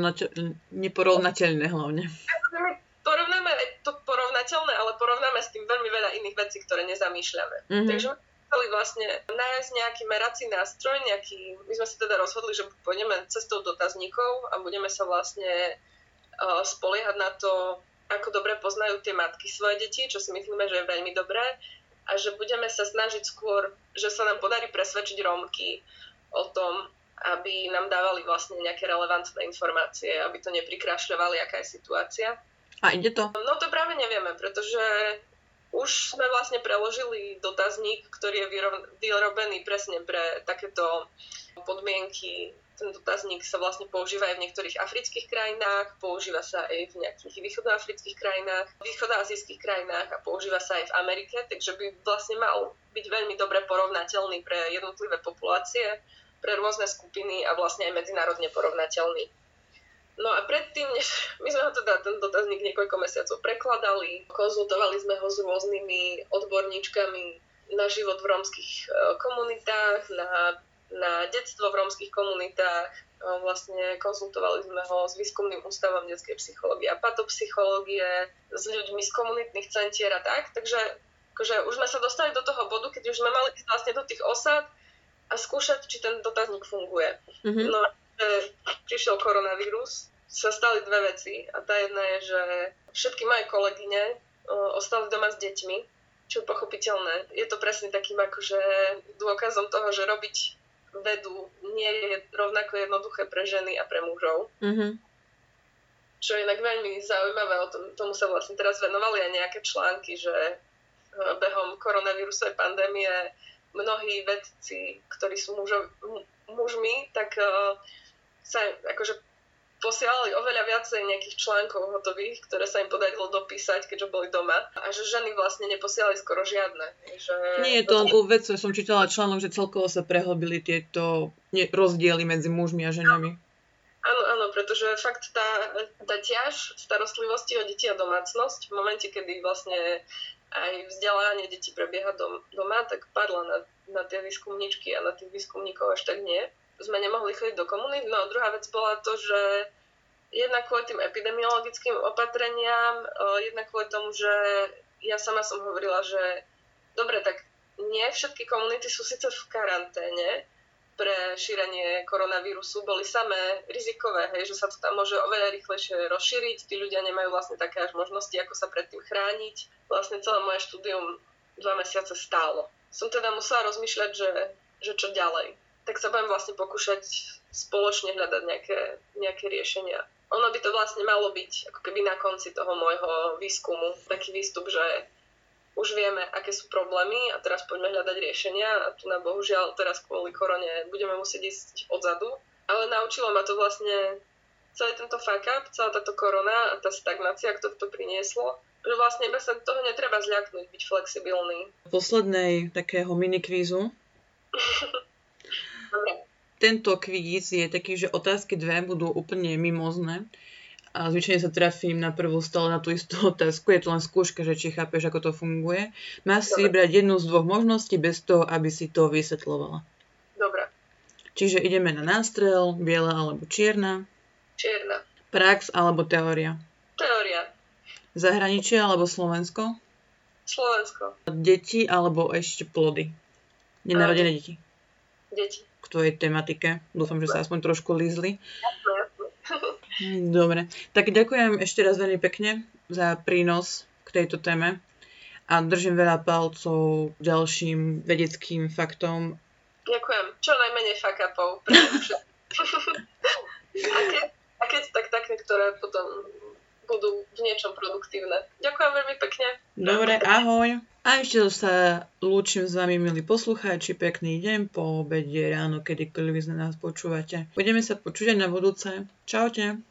neporovnateľné hlavne. My porovnáme aj to porovnateľné, ale porovnáme s tým veľmi veľa iných vecí, ktoré nezamýšľame. Mm-hmm. Takže my chceli vlastne nájsť nejaký merací nástroj, my sme sa teda rozhodli, že pôjdeme cestou dotazníkov a budeme sa vlastne spoliehať na to, ako dobre poznajú tie matky svoje deti, čo si myslíme, že je veľmi dobré, a že budeme sa snažiť skôr, že sa nám podarí presvedčiť Rómky o tom, aby nám dávali vlastne nejaké relevantné informácie, aby to neprikrášľovali, aká je situácia. A ide to? No to práve nevieme, pretože už sme vlastne preložili dotazník, ktorý je vyrobený presne pre takéto podmienky. Ten dotazník sa vlastne používa aj v niektorých afrických krajinách, používa sa aj v nejakých východoafrických krajinách, východoazijských krajinách a používa sa aj v Amerike, takže by vlastne mal byť veľmi dobre porovnateľný pre jednotlivé populácie, pre rôzne skupiny a vlastne aj medzinárodne porovnateľný. No a predtým, než my sme ho teda ten dotazník niekoľko mesiacov prekladali, konzultovali sme ho s rôznymi odborníčkami na život v rómskych komunitách, na detstvo v rómskych komunitách. Vlastne konzultovali sme ho s Výskumným ústavom detskej psychológie a patopsychológie, s ľuďmi z komunitných centier a tak. Takže akože už sme sa dostali do toho bodu, keď už sme mali ísť vlastne do tých osad a skúšať, či ten dotazník funguje. Mm-hmm. No prišiel koronavírus, sa stali dve veci a tá jedna je, že všetky moje kolegyne ostali doma s deťmi, čo je pochopiteľné. Je to presne takým akože dôkazom toho, že robiť vedu nie je rovnako jednoduché pre ženy a pre mužov. Mm-hmm. Čo je inak veľmi zaujímavé, tomu sa vlastne teraz venovali aj nejaké články, že behom koronavírusovej pandémie mnohí vedci, ktorí sú mužmi, tak sa akože posielali oveľa viacej nejakých článkov hotových, ktoré sa im podarilo dopísať, keďže boli doma. A že ženy vlastne neposielali skoro žiadne. Nie je to len u vedcov, som čítala článok, že celkovo sa prehlbili tieto rozdiely medzi mužmi a ženami. Áno, pretože fakt tá ťaž starostlivosti o deti a domácnosť, v momente, kedy vlastne aj vzdelávanie detí prebieha doma, tak padla na tie výskumníčky a na tých výskumníkov až tak nie. Sme nemohli chodiť do komunít. No a druhá vec bola to, že jednak kvôli tým epidemiologickým opatreniam, jednak kvôli tomu, že ja sama som hovorila, že dobre, tak nie všetky komunity sú síce v karanténe pre šírenie koronavírusu, boli samé rizikové, že sa to tam môže oveľa rýchlejšie rozšíriť, tí ľudia nemajú vlastne také až možnosti, ako sa predtým chrániť. Vlastne celé moje štúdium 2 mesiace stálo. Som teda musela rozmýšľať, že čo ďalej. Tak sa budem vlastne pokúšať spoločne hľadať nejaké riešenia. Ono by to vlastne malo byť ako keby na konci toho môjho výskumu taký výstup, že už vieme, aké sú problémy a teraz poďme hľadať riešenia a tu na bohužiaľ teraz kvôli korone budeme musieť ísť odzadu. Ale naučilo ma to vlastne celý tento fuck up, celá táto korona a tá stagnácia, ktorú to prinieslo, že vlastne iba sa toho netreba zľaknúť, byť flexibilný. Poslednej takého minikvízu. Tento kvíz je taký, že otázky 2 budú úplne mimozné a zvyčajne sa trafím na prvú stále na tú istú otázku. Je to len skúška, že či chápeš, ako to funguje. Máš si vybrať jednu z 2 možností bez toho, aby si to vysvetľovala. Dobre. Čiže ideme na nástrel, biela alebo čierna. Čierna. Prax alebo teória. Teória. Zahraničie alebo Slovensko. Slovensko. Deti alebo ešte plody. Nenarodené deti. Deti. K tvojej tematike. Dúfam, že sa aspoň trošku lízli. Dobre. Tak ďakujem ešte raz veľmi pekne za prínos k tejto téme a držím veľa palcov ďalším vedeckým faktom. Ďakujem. Čo najmenej fuck-upov. A keď tak také, ktoré potom budú v niečom produktívne. Ďakujem veľmi pekne. Dobre, ahoj. A ešte sa lúčim s vami, milí poslucháči. Pekný deň, po obede, ráno, kedykoľvek nás počúvate. Budeme sa počuť aj na budúce. Čaute.